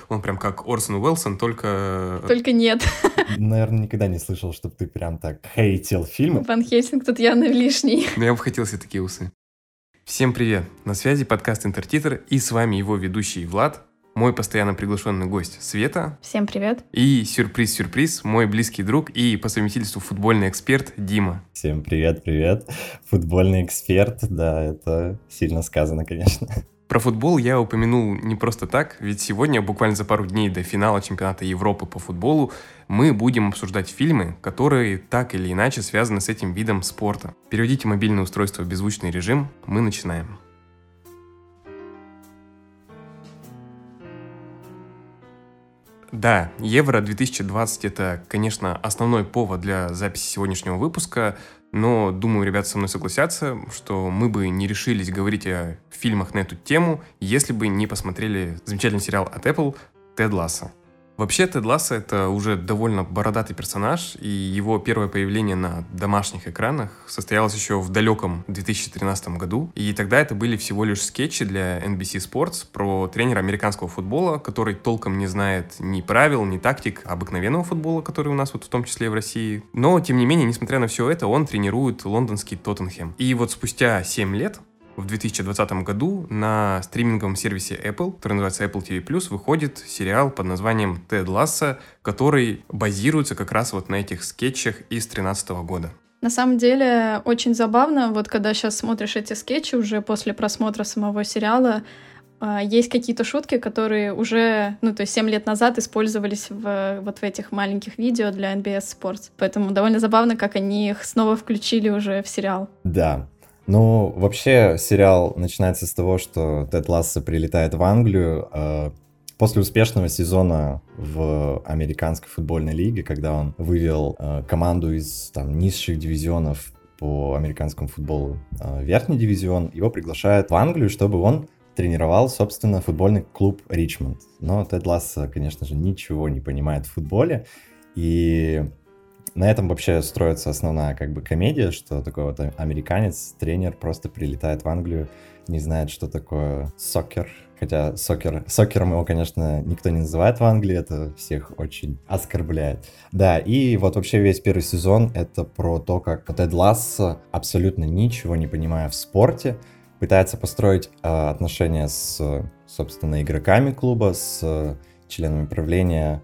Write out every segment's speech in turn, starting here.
он прям как Орсон Уэллсон, только... Только нет. Наверное, никогда не слышал, чтобы ты прям так хейтил фильмы. Ван Хельсинг тут явно лишний. Но я бы хотел себе такие усы. Всем привет! На связи подкаст «Интертитр», и с вами его ведущий Влад, мой постоянно приглашенный гость Света. Всем привет. И сюрприз-сюрприз, мой близкий друг и по совместительству футбольный эксперт Дима. Всем привет. Футбольный эксперт, да, это сильно сказано, конечно. Про футбол я упомянул не просто так, ведь сегодня, буквально за пару дней до финала чемпионата Европы по футболу, мы будем обсуждать фильмы, которые так или иначе связаны с этим видом спорта. Переведите мобильное устройство в беззвучный режим, мы начинаем. Да, Евро-2020 – это, конечно, основной повод для записи сегодняшнего выпуска, но, думаю, ребята со мной согласятся, что мы бы не решились говорить о фильмах на эту тему, если бы не посмотрели замечательный сериал от Apple «Тед Лассо». Вообще, Тед Лассо – это уже довольно бородатый персонаж, и его первое появление на домашних экранах состоялось еще в далеком 2013 году. И тогда это были всего лишь скетчи для NBC Sports про тренера американского футбола, который толком не знает ни правил, ни тактик обыкновенного футбола, который у нас вот в том числе и в России. Но, тем не менее, несмотря на все это, он тренирует лондонский Тоттенхэм. И вот спустя 7 лет, в 2020 году на стриминговом сервисе Apple, который называется Apple TV+, выходит сериал под названием «Тед Лассо», который базируется как раз вот на этих скетчах из 2013 года. На самом деле, очень забавно, вот когда сейчас смотришь эти скетчи уже после просмотра самого сериала, есть какие-то шутки, которые уже, то есть 7 лет назад использовались вот в этих маленьких видео для NBC Sports. Поэтому довольно забавно, как они их снова включили уже в сериал. Да. Ну, вообще, сериал начинается с того, что Тед Лассо прилетает в Англию после успешного сезона в американской футбольной лиге, когда он вывел команду из низших дивизионов по американскому футболу в верхний дивизион. Его приглашают в Англию, чтобы он тренировал, собственно, футбольный клуб Ричмонд. Но Тед Лассо, конечно же, ничего не понимает в футболе, и на этом вообще строится основная комедия, что такой вот американец, тренер просто прилетает в Англию, не знает, что такое сокер. Хотя сокером его, конечно, никто не называет в Англии, это всех очень оскорбляет. Да, и вот вообще весь первый сезон это про то, как Тед Лассо, абсолютно ничего не понимая в спорте, пытается построить отношения с, собственно, игроками клуба, с членами правления,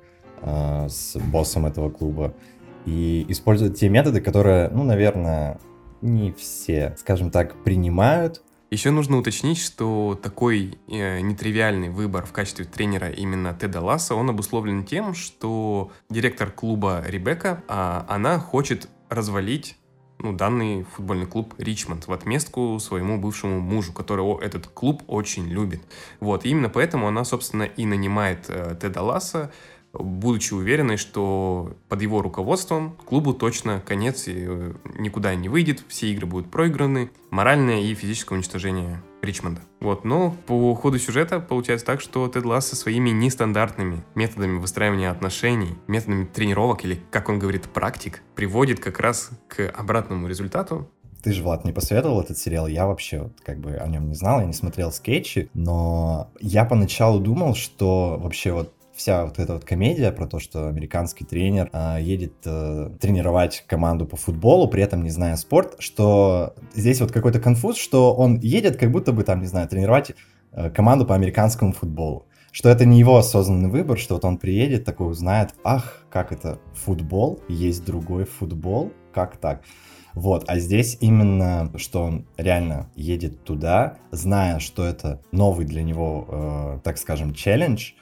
с боссом этого клуба. И используют те методы, которые, наверное, не все, скажем так, принимают. Еще нужно уточнить, что такой нетривиальный выбор в качестве тренера именно Теда Лассо, он обусловлен тем, что директор клуба Ребекка, она хочет развалить данный футбольный клуб Ричмонд в отместку своему бывшему мужу, которого этот клуб очень любит. Вот, и именно поэтому она, собственно, и нанимает Теда Лассо, будучи уверенной, что под его руководством клубу точно конец и никуда не выйдет, все игры будут проиграны, моральное и физическое уничтожение Ричмонда. Вот, но по ходу сюжета получается так, что Тед Лассо своими нестандартными методами выстраивания отношений, методами тренировок или, как он говорит, практик, приводит как раз к обратному результату. Ты же, Влад, не посоветовал этот сериал, я вообще о нем не знал, я не смотрел скетчи, но я поначалу думал, что вообще вся эта комедия про то, что американский тренер едет тренировать команду по футболу, при этом не зная спорт, что здесь какой-то конфуз, что он едет как будто бы тренировать команду по американскому футболу. Что это не его осознанный выбор, что он приедет, такой узнает, как это футбол, есть другой футбол, как так? Вот, а здесь именно, что он реально едет туда, зная, что это новый для него, так скажем, челлендж.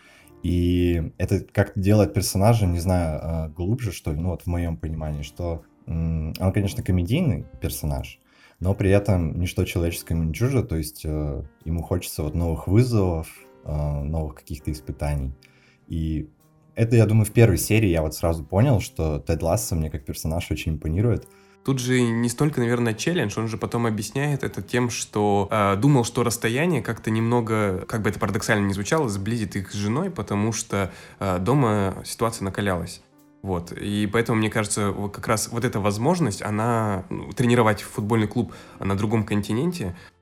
И это как-то делает персонажа, не знаю, глубже, что ли, в моем понимании, что он, конечно, комедийный персонаж, но при этом ничто человеческое ему не чуждо, то есть ему хочется новых вызовов, новых каких-то испытаний. И это, я думаю, в первой серии я сразу понял, что Тед Лассо мне как персонаж очень импонирует. Тут же не столько, наверное, челлендж, он же потом объясняет это тем, что думал, что расстояние как-то немного, как бы это парадоксально ни звучало, сблизит их с женой, потому что дома ситуация накалялась. Вот. И поэтому, мне кажется, как раз эта возможность, она тренировать футбольный клуб на другом континенте,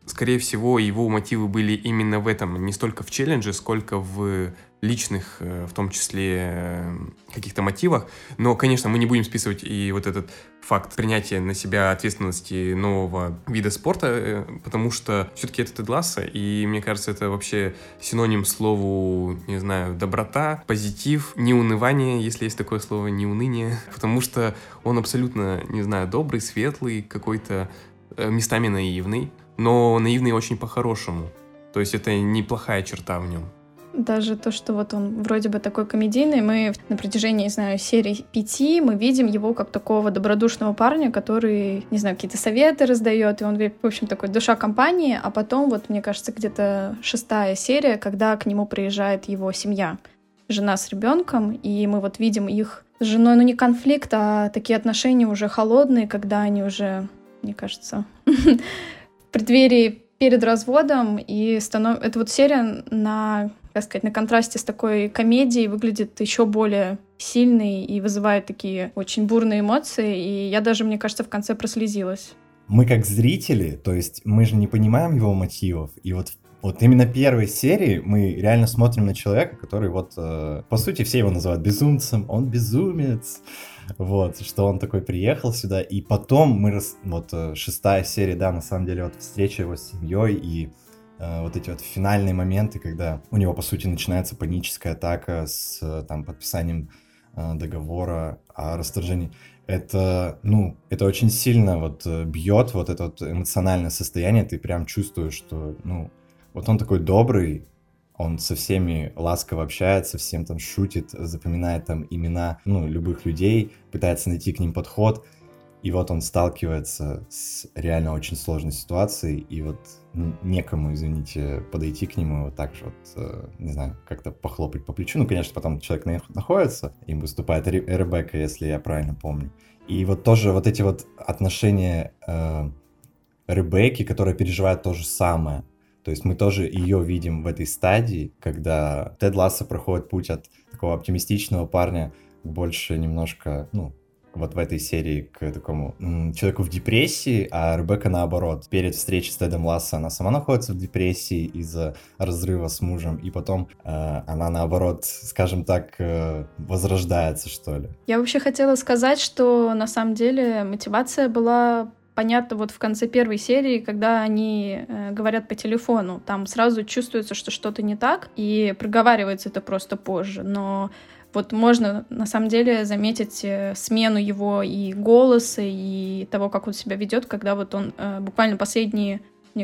скорее всего, его мотивы были именно в этом, не столько в челлендже, сколько в личных, в том числе, каких-то мотивах. Но, конечно, мы не будем списывать и вот этот факт принятия на себя ответственности нового вида спорта, потому что все-таки это Тед Лассо, и мне кажется, это вообще синоним слову, не знаю, доброта, позитив, неунывание, если есть такое слово, неуныние, потому что он абсолютно, не знаю, добрый, светлый, какой-то местами наивный, но наивный очень по-хорошему. То есть это неплохая черта в нем. Даже то, что вот он вроде бы такой комедийный, мы на протяжении, не знаю, серий 5 мы видим его как такого добродушного парня, который, не знаю, какие-то советы раздает, и он, в общем, такой душа компании, а потом, вот, мне кажется, где-то 6-я серия, когда к нему приезжает его семья, жена с ребенком, и мы вот видим их с женой, ну не конфликт, а такие отношения уже холодные, когда они уже, мне кажется, в преддверии перед разводом, и эта вот серия на, как сказать, на контрасте с такой комедией выглядит еще более сильной и вызывает такие очень бурные эмоции, и я даже, мне кажется, в конце прослезилась. Мы как зрители, то есть мы же не понимаем его мотивов, и вот именно первой серии мы реально смотрим на человека, который вот, по сути, все его называют безумцем, он безумец, вот, что он такой приехал сюда, и потом мы, вот 6-я серия, да, на самом деле, вот встреча его с семьей и вот эти вот финальные моменты, когда у него, по сути, начинается паническая атака с там подписанием договора о расторжении. Это, ну, это очень сильно вот бьет вот это вот эмоциональное состояние, ты прям чувствуешь, что, ну, вот он такой добрый, он со всеми ласково общается, всем там шутит, запоминает там имена, ну, любых людей, пытается найти к ним подход, и вот он сталкивается с реально очень сложной ситуацией, и вот некому, извините, подойти к нему вот так же вот, не знаю, как-то похлопать по плечу. Ну, конечно, потом человек находится, им выступает Ребекка, если я правильно помню. И вот тоже вот эти вот отношения Ребекки, которая переживает то же самое. То есть мы тоже ее видим в этой стадии, когда Тед Лассо проходит путь от такого оптимистичного парня к больше немножко, ну, вот в этой серии к такому человеку в депрессии, а Ребекка наоборот. Перед встречей с Тедом Лассо она сама находится в депрессии из-за разрыва с мужем, и потом она наоборот, скажем так, возрождается, что ли. Я вообще хотела сказать, что на самом деле мотивация была понятно вот в конце первой серии, когда они говорят по телефону. Там сразу чувствуется, что что-то не так, и проговаривается это просто позже. Но вот можно на самом деле заметить смену его и голоса, и того, как он себя ведет, когда вот он буквально последняя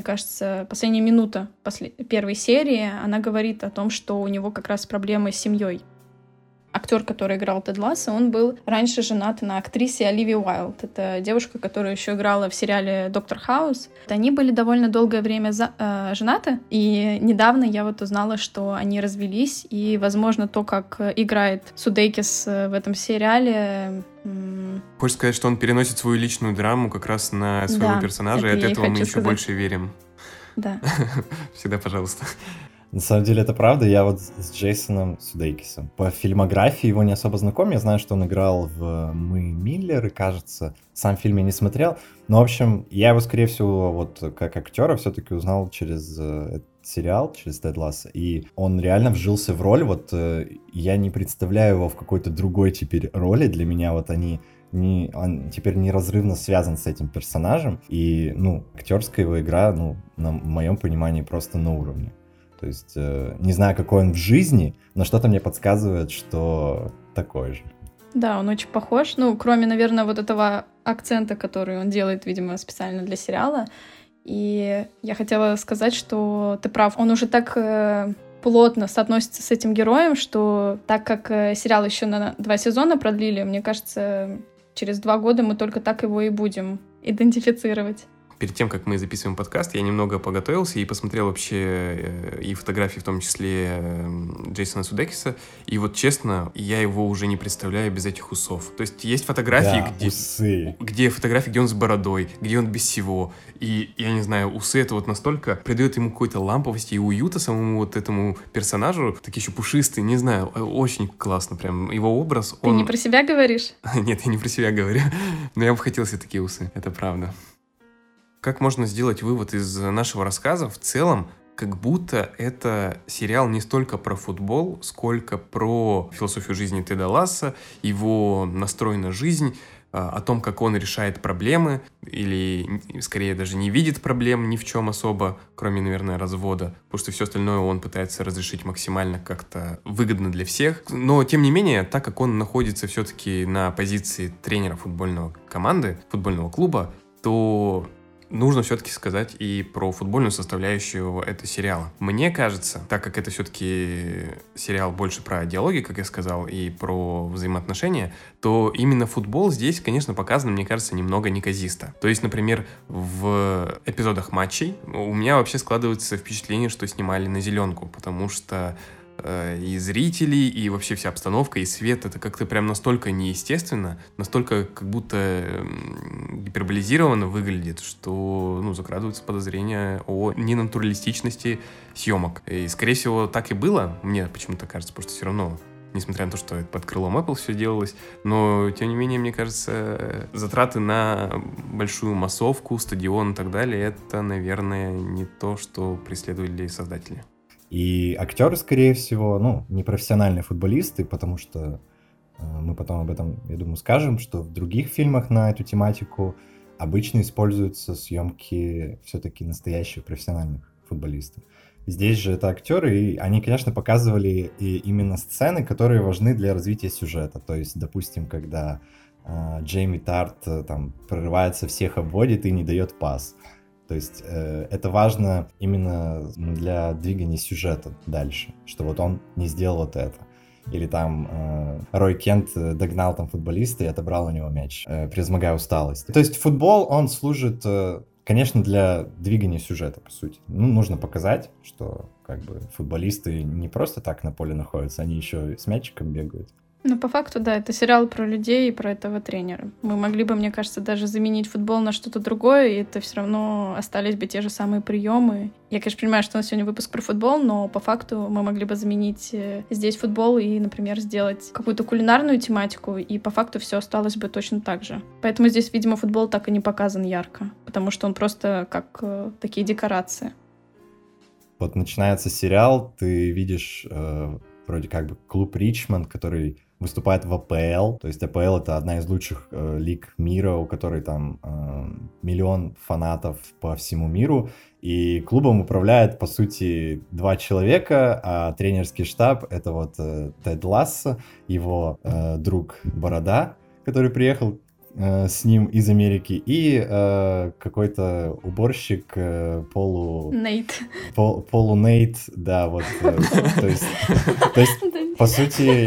минута первой серии, она говорит о том, что у него как раз проблемы с семьей. Актер, который играл Тед Лассо, он был раньше женат на актрисе Оливии Уайлд. Это девушка, которая еще играла в сериале «Доктор Хаус». Они были довольно долгое время женаты, и недавно я вот узнала, что они развелись, и, возможно, то, как играет Судейкис в этом сериале... Хочешь сказать, что он переносит свою личную драму как раз на своего персонажа, и от этого мы еще больше верим. Да. Всегда пожалуйста. На самом деле это правда, я вот с Джейсоном Судейкисом. По фильмографии его не особо знаком, я знаю, что он играл в «Мы Миллеры», кажется. Сам фильм я не смотрел, но, в общем, я его, скорее всего, вот как актера все-таки узнал через этот сериал, через Тед Лассо, и он реально вжился в роль, вот я не представляю его в какой-то другой теперь роли, для меня вот он теперь неразрывно связан с этим персонажем, и, ну, актерская его игра, ну, на моем понимании, просто на уровне. То есть, не знаю, какой он в жизни, но что-то мне подсказывает, что такой же. Да, он очень похож. Ну, кроме, наверное, вот этого акцента, который он делает, видимо, специально для сериала. И я хотела сказать, что ты прав. Он уже так плотно соотносится с этим героем, что так как сериал еще на 2 сезона продлили, мне кажется, через 2 года мы только так его и будем идентифицировать. Перед тем, как мы записываем подкаст, я немного подготовился и посмотрел вообще и фотографии, в том числе Джейсона Судейкиса. И вот честно, я его уже не представляю без этих усов. То есть есть фотографии, да, где фотографии, где он с бородой, где он без всего. И я не знаю, усы это вот настолько придает ему какой-то ламповости и уюта самому вот этому персонажу. Такие еще пушистые, не знаю, очень классно прям. Его образ, Ты не про себя говоришь? Нет, я не про себя говорю. Но я бы хотел себе такие усы, это правда. как можно сделать вывод из нашего рассказа? В целом, как будто это сериал не столько про футбол, сколько про философию жизни Теда Ласса, его настрой на жизнь, о том, как он решает проблемы, или, скорее, даже не видит проблем ни в чем особо, кроме, наверное, развода, потому что все остальное он пытается разрешить максимально как-то выгодно для всех. Но, тем не менее, так как он находится все-таки на позиции тренера футбольного команды, футбольного клуба, то нужно все-таки сказать и про футбольную составляющую этого сериала. Мне кажется, так как это все-таки сериал больше про диалоги, как я сказал, и про взаимоотношения, то именно футбол здесь, конечно, показан, мне кажется, немного неказисто. То есть, например, в эпизодах матчей у меня вообще складывается впечатление, что снимали на зеленку, потому что и зрители, и вообще вся обстановка, и свет, это как-то прям настолько неестественно, настолько как будто гиперболизированно выглядит, что, закрадываются подозрения о ненатуралистичности съемок. И, скорее всего, так и было, мне почему-то кажется, потому что все равно, несмотря на то, что это под крылом Apple все делалось, но, тем не менее, мне кажется, затраты на большую массовку, стадион и так далее, это, наверное, не то, что преследовали создатели. И актеры, скорее всего, не профессиональные футболисты, потому что мы потом об этом, я думаю, скажем, что в других фильмах на эту тематику обычно используются съемки все-таки настоящих профессиональных футболистов. Здесь же это актеры, и они, конечно, показывали и именно сцены, которые важны для развития сюжета. То есть, допустим, когда Джейми Тарт там прорывается, всех обводит и не дает пас. То есть это важно именно для двигания сюжета дальше, что вот он не сделал вот это. Или там Рой Кент догнал там футболиста и отобрал у него мяч, превозмогая усталость. То есть футбол, он служит, конечно, для двигания сюжета, по сути. Нужно показать, что как бы футболисты не просто так на поле находятся, они еще с мячиком бегают. По факту, да, это сериал про людей и про этого тренера. Мы могли бы, мне кажется, даже заменить футбол на что-то другое, и это все равно остались бы те же самые приемы. Я, конечно, понимаю, что у нас сегодня выпуск про футбол, но по факту мы могли бы заменить здесь футбол и, например, сделать какую-то кулинарную тематику, и по факту все осталось бы точно так же. Поэтому здесь, видимо, футбол так и не показан ярко, потому что он просто как такие декорации. Вот начинается сериал, ты видишь вроде как бы клуб Ричмонд, который выступает в АПЛ, то есть АПЛ — это одна из лучших лиг мира, у которой там миллион фанатов по всему миру, и клубом управляет, по сути, 2 человека, а тренерский штаб — это вот Тед Лассо, его друг Борода, который приехал с ним из Америки, и какой-то уборщик Нейт. Полу Нейт, да, вот, то есть, по сути,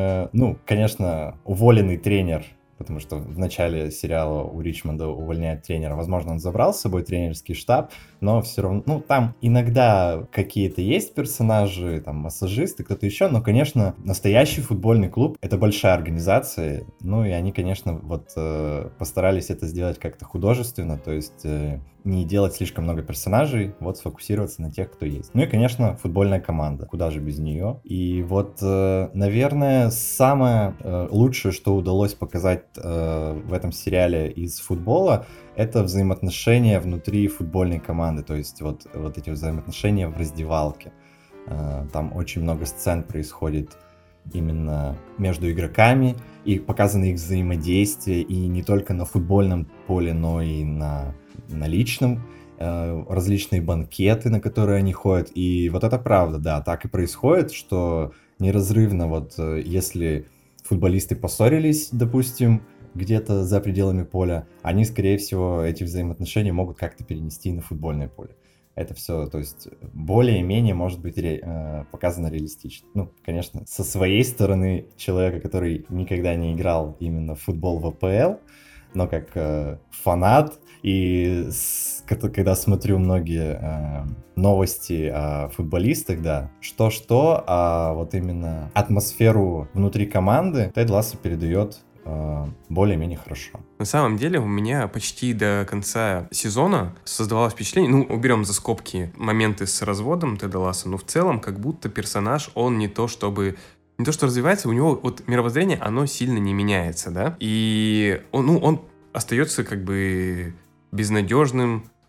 конечно, уволенный тренер, потому что в начале сериала у Ричмонда увольняют тренера. Возможно, он забрал с собой тренерский штаб, но все равно, там иногда какие-то есть персонажи, там, массажисты, кто-то еще, но, конечно, настоящий футбольный клуб — это большая организация, и они, конечно, вот постарались это сделать как-то художественно, то есть не делать слишком много персонажей, вот сфокусироваться на тех, кто есть. И, конечно, футбольная команда, куда же без нее. И вот, наверное, самое лучшее, что удалось показать в этом сериале из футбола, это взаимоотношения внутри футбольной команды, то есть вот эти взаимоотношения в раздевалке. Там очень много сцен происходит именно между игроками, и показано их взаимодействие, и не только на футбольном поле, но и на личном, различные банкеты, на которые они ходят, и вот это правда, да, так и происходит, что неразрывно, вот если футболисты поссорились, допустим, где-то за пределами поля, они, скорее всего, эти взаимоотношения могут как-то перенести на футбольное поле. Это все, то есть, более-менее может быть показано реалистично. Конечно, со своей стороны человека, который никогда не играл именно в футбол в АПЛ, но как фанат, и когда смотрю многие новости о футболистах, да, что-что, а вот именно атмосферу внутри команды Тед Лассо передает более-менее хорошо. На самом деле у меня почти до конца сезона создавалось впечатление, уберем за скобки моменты с разводом Теда Лассо, но в целом как будто персонаж, он не то что развивается, у него вот мировоззрение, оно сильно не меняется, да, и он остается как бы безнадежным,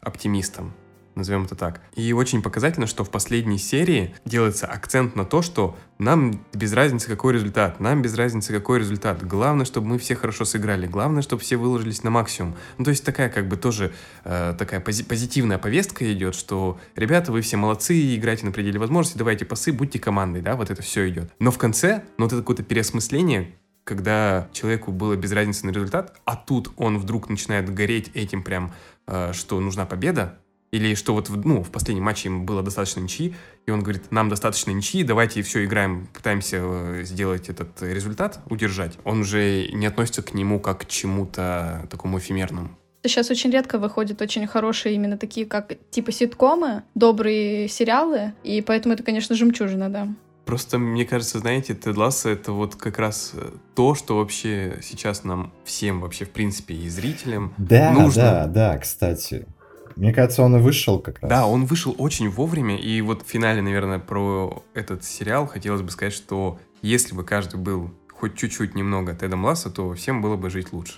оптимистом. Назовем это так. И очень показательно, что в последней серии делается акцент на то, что нам без разницы, какой результат. Нам без разницы, какой результат. Главное, чтобы мы все хорошо сыграли. Главное, чтобы все выложились на максимум. Ну, то есть такая как бы тоже такая позитивная повестка идет, что, ребята, вы все молодцы, играйте на пределе возможностей, давайте пасы, будьте командой, да, вот это все идет. Но в конце, ну, вот это какое-то переосмысление, когда человеку было без разницы на результат, а тут он вдруг начинает гореть этим прям, что нужна победа, или что вот в последнем матче им было достаточно ничьи, и он говорит, нам достаточно ничьи, давайте все играем, пытаемся сделать этот результат, удержать. Он уже не относится к нему как к чему-то такому эфемерному. Сейчас очень редко выходят очень хорошие именно такие, как типа ситкомы, добрые сериалы, и поэтому это, конечно, жемчужина, да. Просто, мне кажется, знаете, Тед Лассо — это вот как раз то, что вообще сейчас нам всем вообще, в принципе, и зрителям нужно. Да, кстати. Мне кажется, он и вышел как раз. Да, он вышел очень вовремя, и вот в финале, наверное, про этот сериал хотелось бы сказать, что если бы каждый был хоть чуть-чуть немного Тедом Лассо, то всем было бы жить лучше.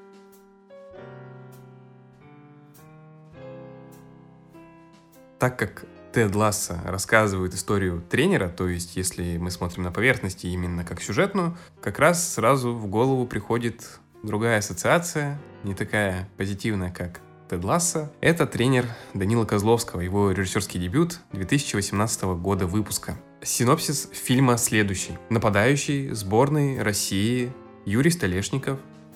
Так как Тед Лассо рассказывает историю тренера, то есть если мы смотрим на поверхности именно как сюжетную, как раз сразу в голову приходит другая ассоциация, не такая позитивная, как Тед Лассо. Это тренер Данила Козловского, его режиссерский дебют 2018 года выпуска. Синопсис фильма следующий. Нападающий сборной России Юрий Столешников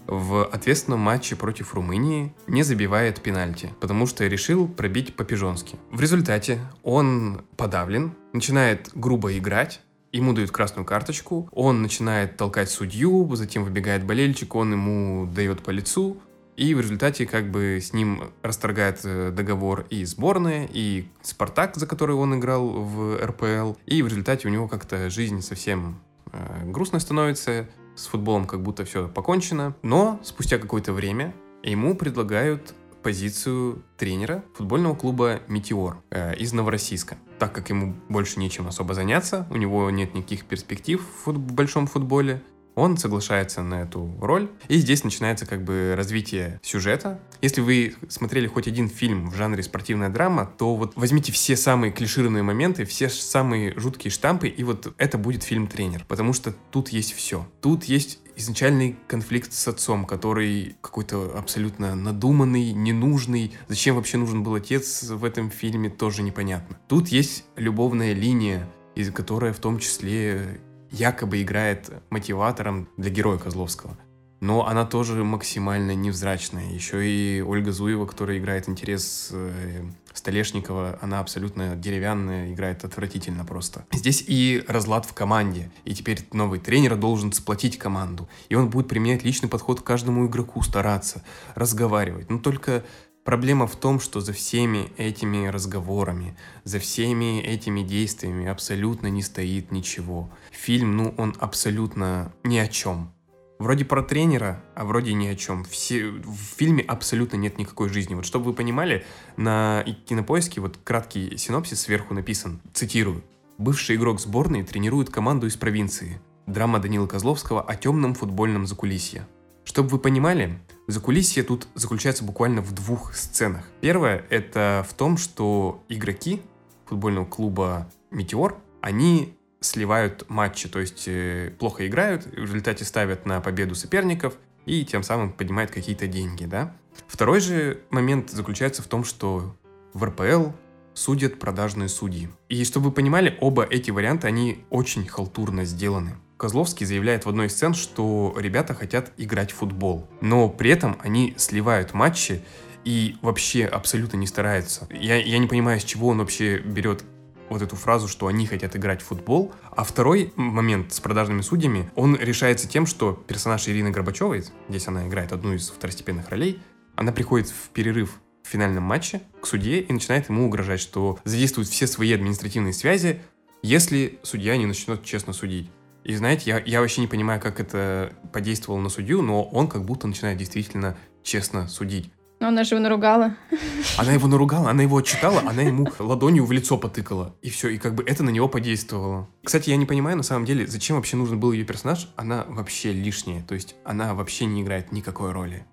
в ответственном матче против Румынии не забивает пенальти, потому что решил пробить по-пижонски. В результате он подавлен, начинает грубо играть, ему дают красную карточку, он начинает толкать судью, затем выбегает болельщик, он ему дает по лицу, и в результате как бы с ним расторгает договор и сборная, и «Спартак», за который он играл в РПЛ, и в результате у него как-то жизнь совсем грустно становится, с футболом как будто все покончено, но спустя какое-то время ему предлагают позицию тренера футбольного клуба «Метеор» из Новороссийска. Так как ему больше нечем особо заняться, у него нет никаких перспектив в большом футболе, он соглашается на эту роль, и здесь начинается как бы развитие сюжета. Если вы смотрели хоть один фильм в жанре спортивная драма, то вот возьмите все самые клишированные моменты, все самые жуткие штампы, и вот это будет фильм «Тренер», потому что тут есть все. Тут есть изначальный конфликт с отцом, который какой-то абсолютно надуманный, ненужный. Зачем вообще нужен был отец в этом фильме, тоже непонятно. Тут есть любовная линия, из которой в том числе якобы играет мотиватором для героя Козловского. Но она тоже максимально невзрачная. Еще и Ольга Зуева, которая играет интерес Столешникова, она абсолютно деревянная, играет отвратительно просто. Здесь и разлад в команде. И теперь новый тренер должен сплотить команду. И он будет применять личный подход к каждому игроку, стараться, разговаривать. Но только проблема в том, что за всеми этими разговорами, за всеми этими действиями абсолютно не стоит ничего. Фильм, он абсолютно ни о чем. Вроде про тренера, а вроде ни о чем. В фильме абсолютно нет никакой жизни. Вот чтобы вы понимали, на Кинопоиске вот краткий синопсис сверху написан, цитирую. «Бывший игрок сборной тренирует команду из провинции. Драма Данилы Козловского о темном футбольном закулисье». Чтобы вы понимали, закулисье тут заключается буквально в двух сценах. Первое — это в том, что игроки футбольного клуба «Метеор», они сливают матчи, то есть плохо играют, в результате ставят на победу соперников и тем самым поднимают какие-то деньги, да? Второй же момент заключается в том, что в РПЛ судят продажные судьи. И чтобы вы понимали, оба эти варианта, они очень халтурно сделаны. Козловский заявляет в одной из сцен, что ребята хотят играть в футбол, но при этом они сливают матчи и вообще абсолютно не стараются. Я не понимаю, с чего он вообще берет вот эту фразу, что они хотят играть в футбол. А второй момент с продажными судьями, он решается тем, что персонаж Ирины Горбачевой, здесь она играет одну из второстепенных ролей, она приходит в перерыв в финальном матче к судье и начинает ему угрожать, что задействует все свои административные связи, если судья не начнет честно судить. И знаете, я вообще не понимаю, как это подействовало на судью, но он как будто начинает действительно честно судить. Но она же его наругала. Она его наругала, она его отчитала, она ему ладонью в лицо потыкала. И все, и как бы это на него подействовало. Кстати, я не понимаю, на самом деле, зачем вообще нужен был ее персонаж. Она вообще лишняя, то есть она вообще не играет никакой роли.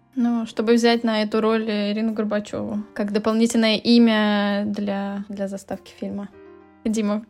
Ну, чтобы взять на эту роль Ирину Горбачеву как дополнительное имя для заставки фильма. Дима,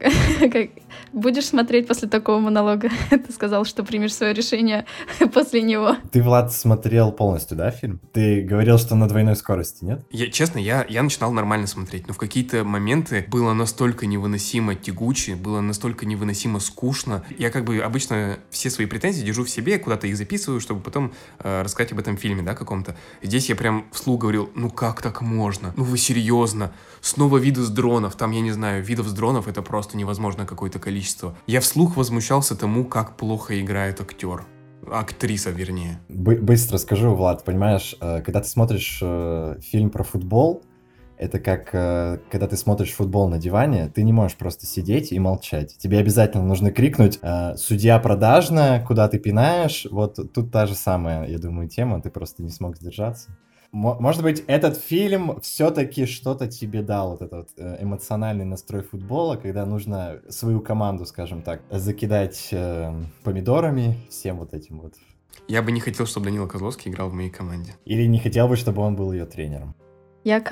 будешь смотреть после такого монолога? Ты сказал, что примешь свое решение после него. Ты, Влад, смотрел полностью, да, фильм? Ты говорил, что на двойной скорости, нет? Честно, я начинал нормально смотреть, но в какие-то моменты было настолько невыносимо тягуче, было настолько невыносимо скучно. Я как бы обычно все свои претензии держу в себе, куда-то их записываю, чтобы потом рассказать об этом фильме, да, каком-то. Здесь я прям вслух говорил, ну как так можно? Ну вы серьезно? Снова виды с дронов, там, я не знаю, видов с дронов это просто невозможное какое-то количество. Я вслух возмущался тому, как плохо играет актер. Актриса, вернее. Быстро скажу, Влад, понимаешь, когда ты смотришь фильм про футбол, это как когда ты смотришь футбол на диване, ты не можешь просто сидеть и молчать. Тебе обязательно нужно крикнуть «Судья продажная, куда ты пинаешь?» Вот тут та же самая, я думаю, тема, ты просто не смог сдержаться. Может быть, этот фильм все-таки что-то тебе дал, вот этот эмоциональный настрой футбола, когда нужно свою команду, скажем так, закидать помидорами, всем вот этим вот. Я бы не хотел, чтобы Данила Козловский играл в моей команде. Или не хотел бы, чтобы он был ее тренером. Я,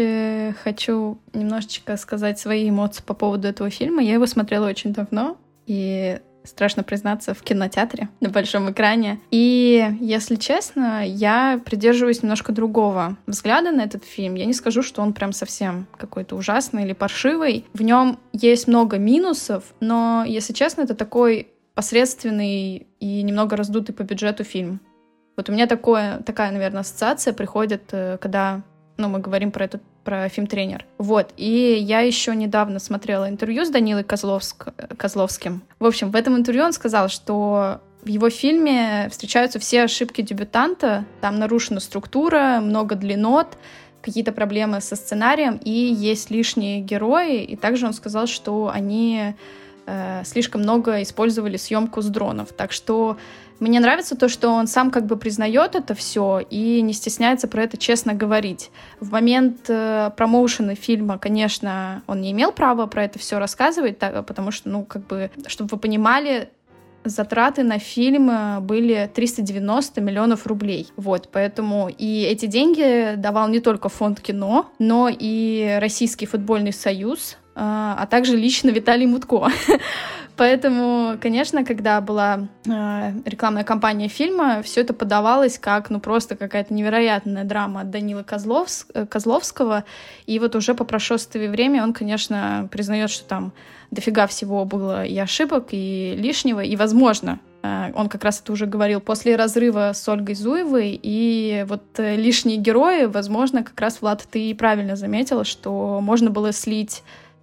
хочу немножечко сказать свои эмоции по поводу этого фильма. Я его смотрела очень давно, и страшно признаться, в кинотеатре на большом экране. И, если честно, я придерживаюсь немножко другого взгляда на этот фильм. Я не скажу, что он прям совсем какой-то ужасный или паршивый. В нем есть много минусов, но, если честно, это такой посредственный и немного раздутый по бюджету фильм. Вот у меня такая, наверное, ассоциация приходит, когда мы говорим про фильм «Тренер». Вот. И я еще недавно смотрела интервью с Данилой Козловским. В общем, в этом интервью он сказал, что в его фильме встречаются все ошибки дебютанта. Там нарушена структура, много длиннот, какие-то проблемы со сценарием, и есть лишние герои. И также он сказал, что они слишком много использовали съемку с дронов. Так что мне нравится то, что он сам как бы признает это все и не стесняется про это честно говорить. В момент промоушена фильма, конечно, он не имел права про это все рассказывать, потому что, чтобы вы понимали, затраты на фильм были 390 миллионов рублей. Вот, поэтому и эти деньги давал не только фонд кино, но и Российский футбольный союз, а также лично Виталий Мутко. Поэтому, конечно, когда была рекламная кампания фильма, все это подавалось как, просто какая-то невероятная драма от Данилы Козловского. И вот уже по прошествии времени он, конечно, признает, что там дофига всего было и ошибок, и лишнего, и, возможно, он как раз это уже говорил после разрыва с Ольгой Зуевой, и вот лишние герои, возможно, как раз, Влад, ты правильно заметила, что можно было слить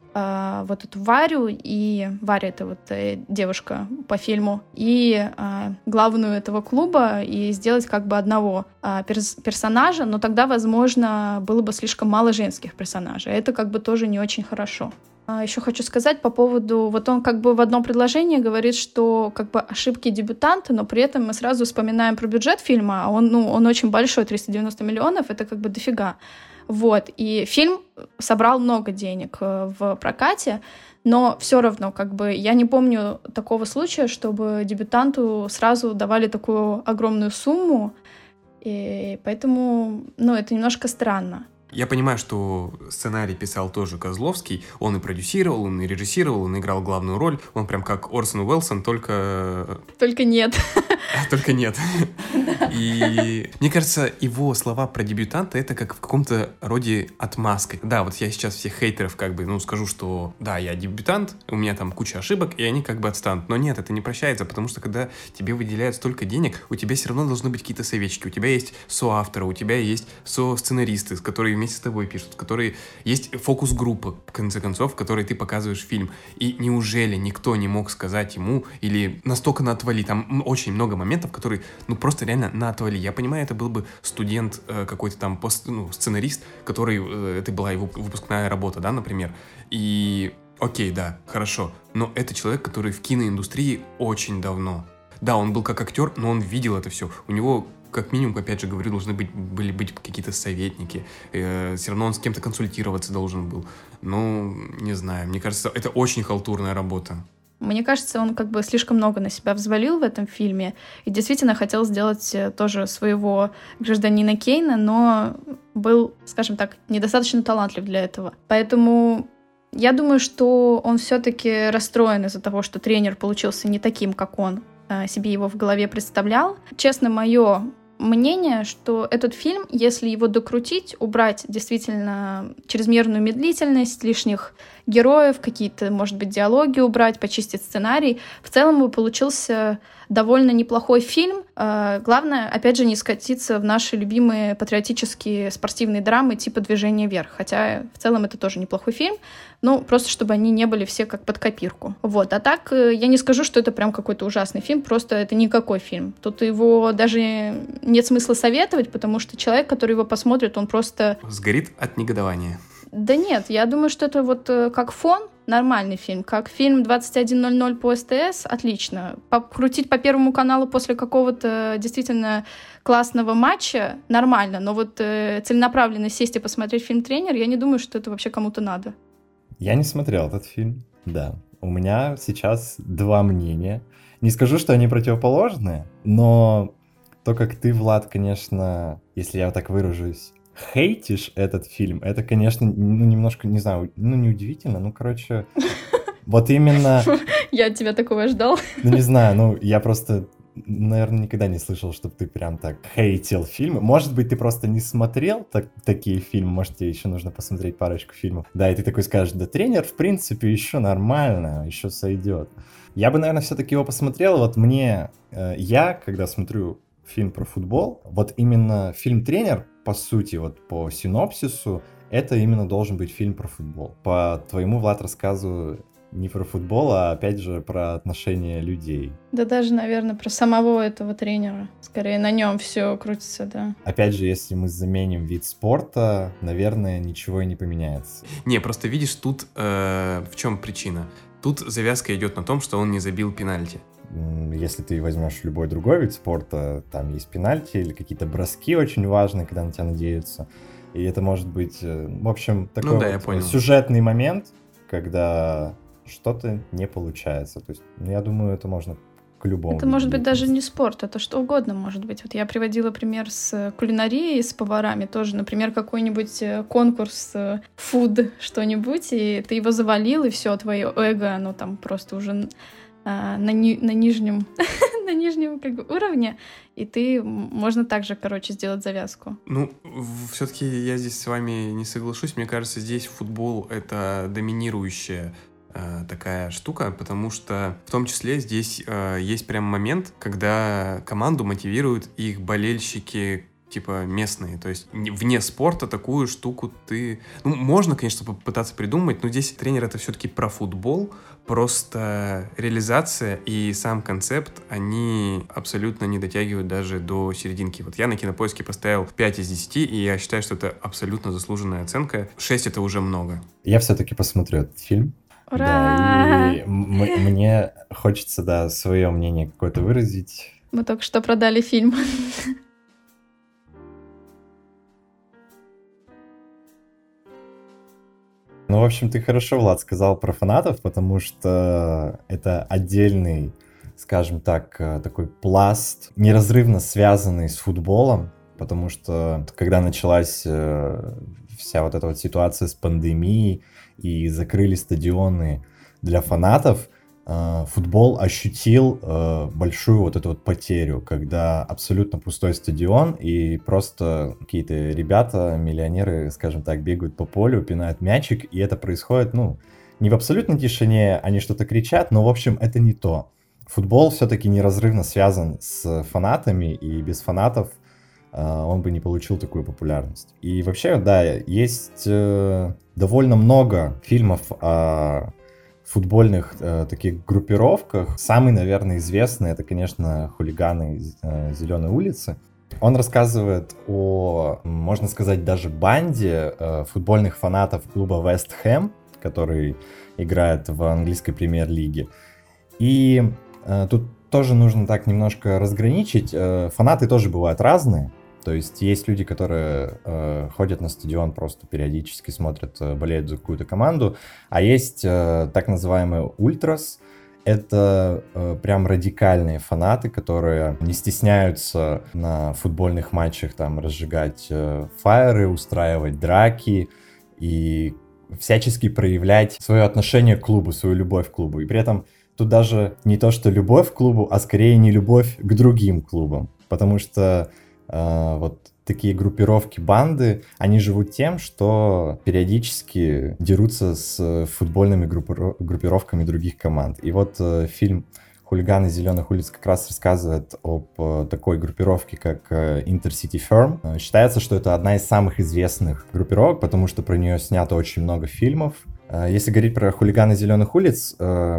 вот эту Варю, и Варя — это вот девушка по фильму, и главную этого клуба, и сделать как бы одного персонажа, но тогда, возможно, было бы слишком мало женских персонажей. Это как бы тоже не очень хорошо. Еще хочу сказать по поводу, вот он как бы в одном предложении говорит, что как бы ошибки дебютанта, но при этом мы сразу вспоминаем про бюджет фильма, а он очень большой, 390 миллионов, это как бы дофига. Вот, и фильм собрал много денег в прокате, но все равно, как бы, я не помню такого случая, чтобы дебютанту сразу давали такую огромную сумму, и поэтому, это немножко странно. Я понимаю, что сценарий писал тоже Козловский, он и продюсировал, он и режиссировал, он играл главную роль, он прям как Орсон Уэллсон, только... Только нет. Только нет. И мне кажется, его слова про дебютанта — это как в каком-то роде отмазка. Да, вот я сейчас всех хейтеров как бы, скажу, что да, я дебютант, у меня там куча ошибок, и они как бы отстанут. Но нет, это не прощается, потому что когда тебе выделяют столько денег, у тебя все равно должны быть какие-то советчики. У тебя есть соавторы, у тебя есть со-сценаристы, которые вместе с тобой пишут, которые есть фокус-группа, в конце концов, в которой ты показываешь фильм. И неужели никто не мог сказать ему или настолько на отвали? Там очень много моментов, которые, просто реально на отвали. Я понимаю, это был бы студент какой-то там, сценарист, который, это была его выпускная работа, да, например. И окей, да, хорошо. Но это человек, который в киноиндустрии очень давно. Да, он был как актер, но он видел это все. У него, как минимум, опять же говорю, были быть какие-то советники. Все равно он с кем-то консультироваться должен был. Не знаю, мне кажется, это очень халтурная работа. Мне кажется, он как бы слишком много на себя взвалил в этом фильме и действительно хотел сделать тоже своего гражданина Кейна, но был, скажем так, недостаточно талантлив для этого. Поэтому я думаю, что он все-таки расстроен из-за того, что тренер получился не таким, как он себе его в голове представлял. Честно, мое мнение, что этот фильм, если его докрутить, убрать действительно чрезмерную медлительность, лишних героев, какие-то, может быть, диалоги убрать, почистить сценарий, в целом бы получился довольно неплохой фильм. Главное, опять же, не скатиться в наши любимые патриотические спортивные драмы типа «Движение вверх». Хотя в целом это тоже неплохой фильм, но просто чтобы они не были все как под копирку. Вот. А так, я не скажу, что это прям какой-то ужасный фильм, просто это никакой фильм. Тут его даже нет смысла советовать, потому что человек, который его посмотрит, он просто... Сгорит от негодования. Да нет, я думаю, что это вот как фон нормальный фильм, как фильм 21:00 по СТС, отлично. Покрутить по Первому каналу после какого-то действительно классного матча нормально, но вот целенаправленно сесть и посмотреть фильм «Тренер», я не думаю, что это вообще кому-то надо. Я не смотрел этот фильм, да. У меня сейчас два мнения. Не скажу, что они противоположные, но то, как ты, Влад, конечно, если я так выражусь, хейтишь этот фильм, это, конечно, немножко, не знаю, неудивительно, короче, вот именно... Я от тебя такого ждал. Не знаю, я просто, наверное, никогда не слышал, чтобы ты прям так хейтил фильмы. Может быть, ты просто не смотрел такие фильмы, может, тебе еще нужно посмотреть парочку фильмов. Да, и ты такой скажешь, да, «Тренер», в принципе, еще нормально, еще сойдет. Я бы, наверное, все-таки его посмотрел, вот мне, я, когда смотрю фильм про футбол, вот именно фильм «Тренер», по сути, вот по синопсису, это именно должен быть фильм про футбол. По твоему, Влад, рассказу не про футбол, а опять же про отношения людей. Да даже, наверное, про самого этого тренера. Скорее, на нем все крутится, да. Опять же, если мы заменим вид спорта, наверное, ничего и не поменяется. Не, просто видишь, тут в чем причина? Тут завязка идет на том, что он не забил пенальти. Если ты возьмешь любой другой вид спорта, там есть пенальти или какие-то броски очень важные, когда на тебя надеются. И это может быть, в общем, такой сюжетный момент, когда что-то не получается. То есть, я думаю, это можно к любому. Это может быть даже не спорт, это что угодно может быть. Вот я приводила пример с кулинарией, с поварами тоже. Например, какой-нибудь конкурс, фуд, что-нибудь, и ты его завалил, и все, твое эго, оно там просто уже... на нижнем на нижнем как бы уровне, и ты можно также, сделать завязку. Все-таки я здесь с вами не соглашусь. Мне кажется, здесь футбол — это доминирующая такая штука, потому что в том числе здесь есть прям момент, когда команду мотивируют их болельщики типа местные, то есть вне спорта такую штуку ты... можно, конечно, попытаться придумать, но здесь тренер — это все-таки про футбол, просто реализация и сам концепт, они абсолютно не дотягивают даже до серединки. Вот я на Кинопоиске поставил 5 из 10, и я считаю, что это абсолютно заслуженная оценка. 6 — это уже много. Я все-таки посмотрю этот фильм. Ура! Да, и мне хочется, да, свое мнение какое-то выразить. Мы только что продали фильм. В общем, ты хорошо, Влад, сказал про фанатов, потому что это отдельный, скажем так, такой пласт, неразрывно связанный с футболом, потому что когда началась вся вот эта вот ситуация с пандемией и закрыли стадионы для фанатов, футбол ощутил большую вот эту вот потерю, когда абсолютно пустой стадион и просто какие-то ребята, миллионеры, скажем так, бегают по полю, пинают мячик, и это происходит, не в абсолютной тишине, они что-то кричат, но, в общем, это не то. Футбол все-таки неразрывно связан с фанатами, и без фанатов он бы не получил такую популярность. И вообще, да, есть довольно много фильмов о футбольных таких группировках. Самый, наверное, известный — это, конечно, «Хулиганы Зеленой улицы». Он рассказывает о, можно сказать, даже банде футбольных фанатов клуба Вест Хэм, который играет в английской премьер-лиге. И тут тоже нужно так немножко разграничить. Фанаты тоже бывают разные. То есть есть люди, которые ходят на стадион, просто периодически смотрят, болеют за какую-то команду, а есть так называемые ультрас. Это прям радикальные фанаты, которые не стесняются на футбольных матчах там разжигать фаеры, устраивать драки и всячески проявлять свое отношение к клубу, свою любовь к клубу. И при этом тут даже не то, что любовь к клубу, а скорее не любовь к другим клубам. Потому что вот такие группировки, банды, они живут тем, что периодически дерутся с футбольными группировками других команд. И вот фильм «Хулиганы зеленых улиц» как раз рассказывает об такой группировке, как Intercity Firm. Считается, что это одна из самых известных группировок, потому что про нее снято очень много фильмов. Если говорить про «Хулиганы зеленых улиц»,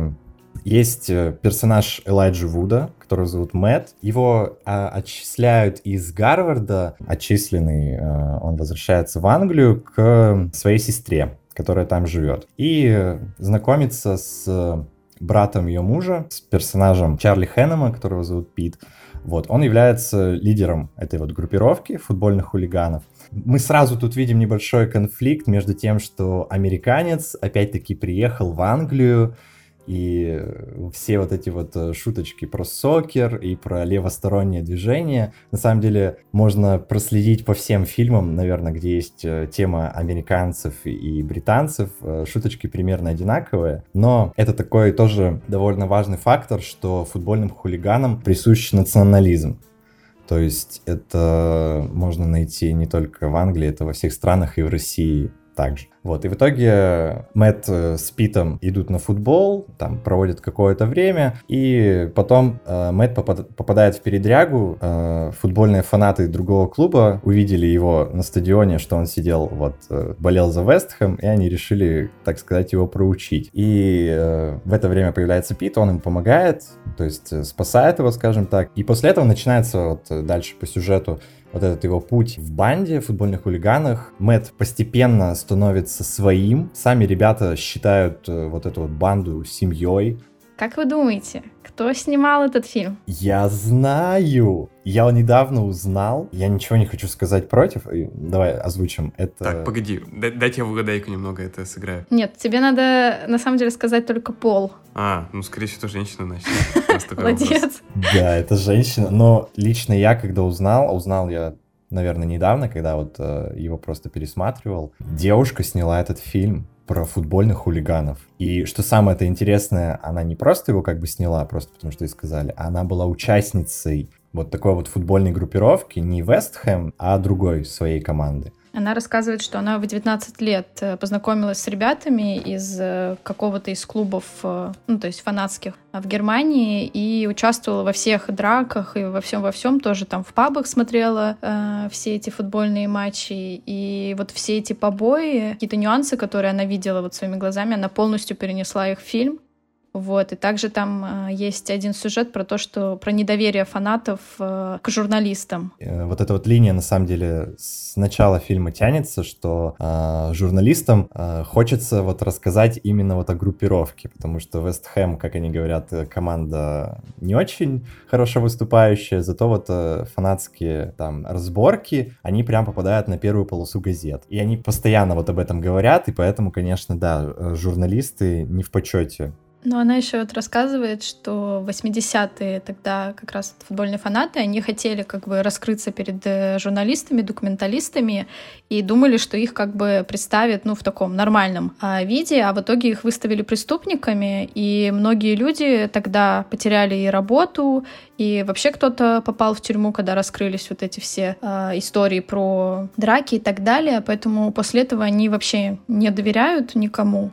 есть персонаж Элайджа Вуда, которого зовут Мэтт. Его отчисляют из Гарварда. Отчисленный, он возвращается в Англию к своей сестре, которая там живет. И знакомится с братом ее мужа, с персонажем Чарли Хэннема, которого зовут Пит. Вот. Он является лидером этой вот группировки футбольных хулиганов. Мы сразу тут видим небольшой конфликт между тем, что американец опять-таки приехал в Англию, и все вот эти вот шуточки про сокер и про левостороннее движение, на самом деле можно проследить по всем фильмам, наверное, где есть тема американцев и британцев, шуточки примерно одинаковые, но это такой тоже довольно важный фактор, что футбольным хулиганам присущ национализм. То есть это можно найти не только в Англии, это во всех странах и в России также. Вот, и в итоге Мэтт с Питом идут на футбол, там проводят какое-то время, и потом Мэтт попадает в передрягу. Футбольные фанаты другого клуба увидели его на стадионе, что он сидел, болел за Вест Хэм, и они решили, так сказать, его проучить. И в это время появляется Пит, он им помогает, то есть спасает его, скажем так. И после этого начинается дальше по сюжету вот этот его путь в банде, в футбольных хулиганах. Мэтт постепенно становится своим. Сами ребята считают вот эту вот банду семьей. Как вы думаете, кто снимал этот фильм? Я знаю! Я недавно узнал. Я ничего не хочу сказать против. Давай озвучим это. Так, погоди. Дайте я в угадайку немного это сыграю. Нет, тебе надо на самом деле сказать только пол. Скорее всего, женщина, значит. Молодец. Да, это женщина. Но лично я, когда узнал я, наверное, недавно, когда его просто пересматривал. Девушка сняла этот фильм про футбольных хулиганов. И что самое-то интересное, она не просто его сняла, просто потому что ей сказали, а она была участницей вот такой вот футбольной группировки, не Вест Хэм, а другой своей команды. Она рассказывает, что она в 19 лет познакомилась с ребятами из какого-то из клубов, то есть фанатских, в Германии, и участвовала во всех драках и во всем тоже там в пабах смотрела все эти футбольные матчи, и вот все эти побои, какие-то нюансы, которые она видела своими глазами, она полностью перенесла их в фильм. Вот, и также там есть один сюжет про то, что про недоверие фанатов к журналистам. Вот эта вот линия, на самом деле, с начала фильма тянется, что журналистам хочется рассказать именно о группировке, потому что Вест Хэм, как они говорят, команда не очень хорошо выступающая, зато фанатские там разборки, они прям попадают на первую полосу газет. И они постоянно об этом говорят, и поэтому, конечно, да, журналисты не в почете. Но она еще рассказывает, что в 80-е тогда как раз футбольные фанаты, они хотели раскрыться перед журналистами, документалистами и думали, что их представят в таком нормальном виде, а в итоге их выставили преступниками, и многие люди тогда потеряли и работу, и вообще кто-то попал в тюрьму, когда раскрылись эти все истории про драки и так далее, поэтому после этого они вообще не доверяют никому.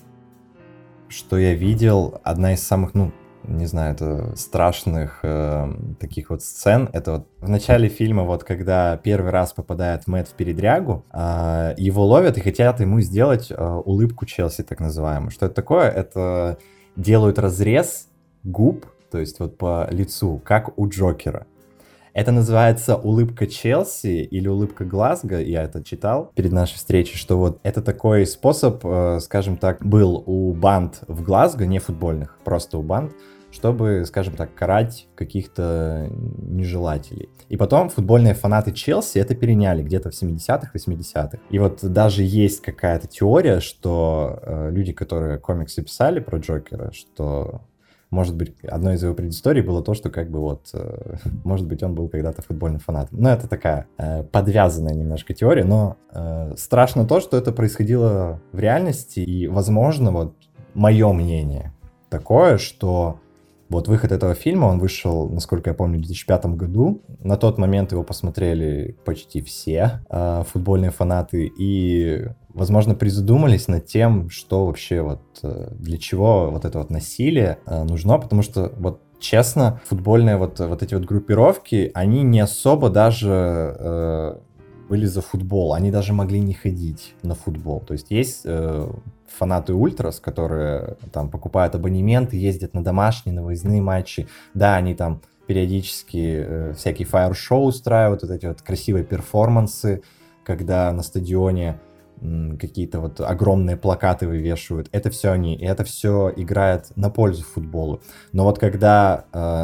Что я видел, одна из самых, это страшных таких сцен, это в начале фильма, когда первый раз попадает Мэтт в передрягу, его ловят и хотят ему сделать улыбку Челси, так называемую. Что это такое? Это делают разрез губ, то есть по лицу, как у Джокера. Это называется улыбка Челси или улыбка Глазго, я это читал перед нашей встречей, что это такой способ, скажем так, был у банд в Глазго, не футбольных, просто у банд, чтобы, скажем так, карать каких-то нежелателей. И потом футбольные фанаты Челси это переняли где-то в 70-х, 80-х. И даже есть какая-то теория, что люди, которые комиксы писали про Джокера, что может быть, одной из его предысторий было то, что как бы вот, может быть, он был когда-то футбольным фанатом. Но это такая подвязанная немножко теория, но страшно то, что это происходило в реальности, и, возможно, вот мое мнение такое, что вот выход этого фильма, он вышел, насколько я помню, в 2005 году. На тот момент его посмотрели почти все футбольные фанаты и, возможно, призадумались над тем, что вообще вот для чего вот это вот насилие нужно, потому что вот честно, футбольные вот эти вот группировки, они не особо даже были за футбол, они даже могли не ходить на футбол. То есть фанаты Ультрас, которые там покупают абонементы, ездят на домашние, на выездные матчи. Да, они там периодически всякие фаер-шоу устраивают, вот эти вот красивые перформансы, когда на стадионе какие-то вот огромные плакаты вывешивают. Это все они, и это все играет на пользу футболу. Но вот когда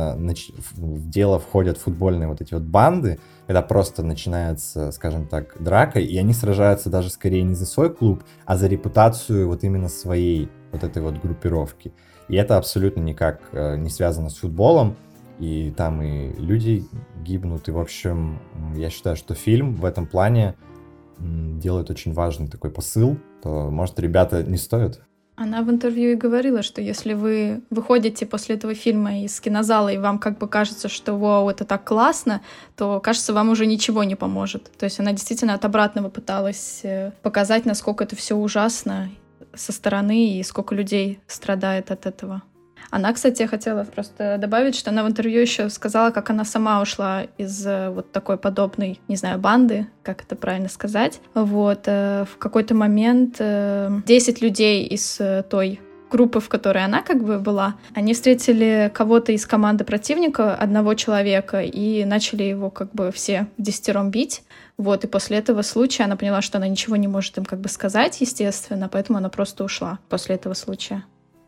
в дело входят футбольные вот эти вот банды, когда просто начинается, скажем так, драка, и они сражаются даже скорее не за свой клуб, а за репутацию вот именно своей вот этой вот группировки. И это абсолютно никак не связано с футболом, и там и люди гибнут, и, в общем, я считаю, что фильм в этом плане делает очень важный такой посыл, то, может, ребята не стоят. Она в интервью и говорила, что если вы выходите после этого фильма из кинозала, и вам как бы кажется, что вау, это так классно, то, кажется, вам уже ничего не поможет. То есть она действительно от обратного пыталась показать, насколько это все ужасно со стороны и сколько людей страдает от этого. Она, кстати, я хотела просто добавить, что она в интервью еще сказала, как она сама ушла из вот такой подобной, не знаю, банды, как это правильно сказать. Вот, в какой-то момент 10 людей из той группы, в которой она как бы была, они встретили кого-то из команды противника, одного человека, и начали его как бы все вдесятером бить. Вот, и после этого случая она поняла, что она ничего не может им как бы сказать, естественно, поэтому она просто ушла после этого случая.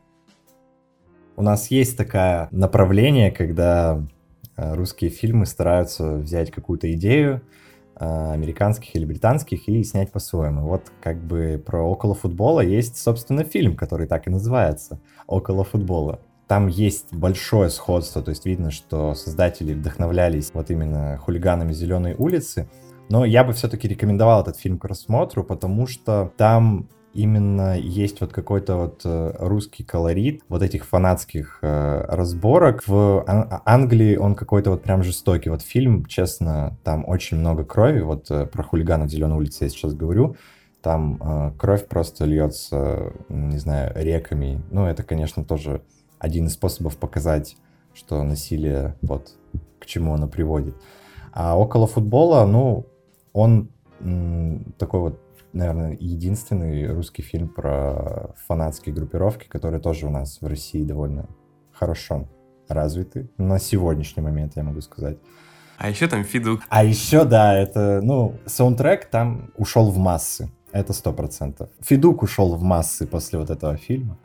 У нас есть такое направление, когда русские фильмы стараются взять какую-то идею американских или британских и снять по-своему. Вот как бы про около футбола есть, собственно, фильм, который так и называется «Около футбола». Там есть большое сходство, то есть видно, что создатели вдохновлялись вот именно хулиганами «Зеленой улицы». Но я бы все-таки рекомендовал этот фильм к просмотру, потому что там именно есть вот какой-то вот русский колорит вот этих фанатских разборок. В Англии он какой-то вот прям жестокий. Вот фильм, честно, там очень много крови. Вот про хулиганов «Зеленой улицы» я сейчас говорю. Там кровь просто льется, не знаю, реками. Ну, это, конечно, тоже один из способов показать, что насилие, вот, к чему оно приводит. А около футбола, ну, он такой вот, наверное, единственный русский фильм про фанатские группировки, которые тоже у нас в России довольно хорошо развиты. На сегодняшний момент, я могу сказать. А еще там Федук. А еще, да, это, ну, саундтрек там ушел в массы. Это 100%. Федук ушел в массы после вот этого фильма.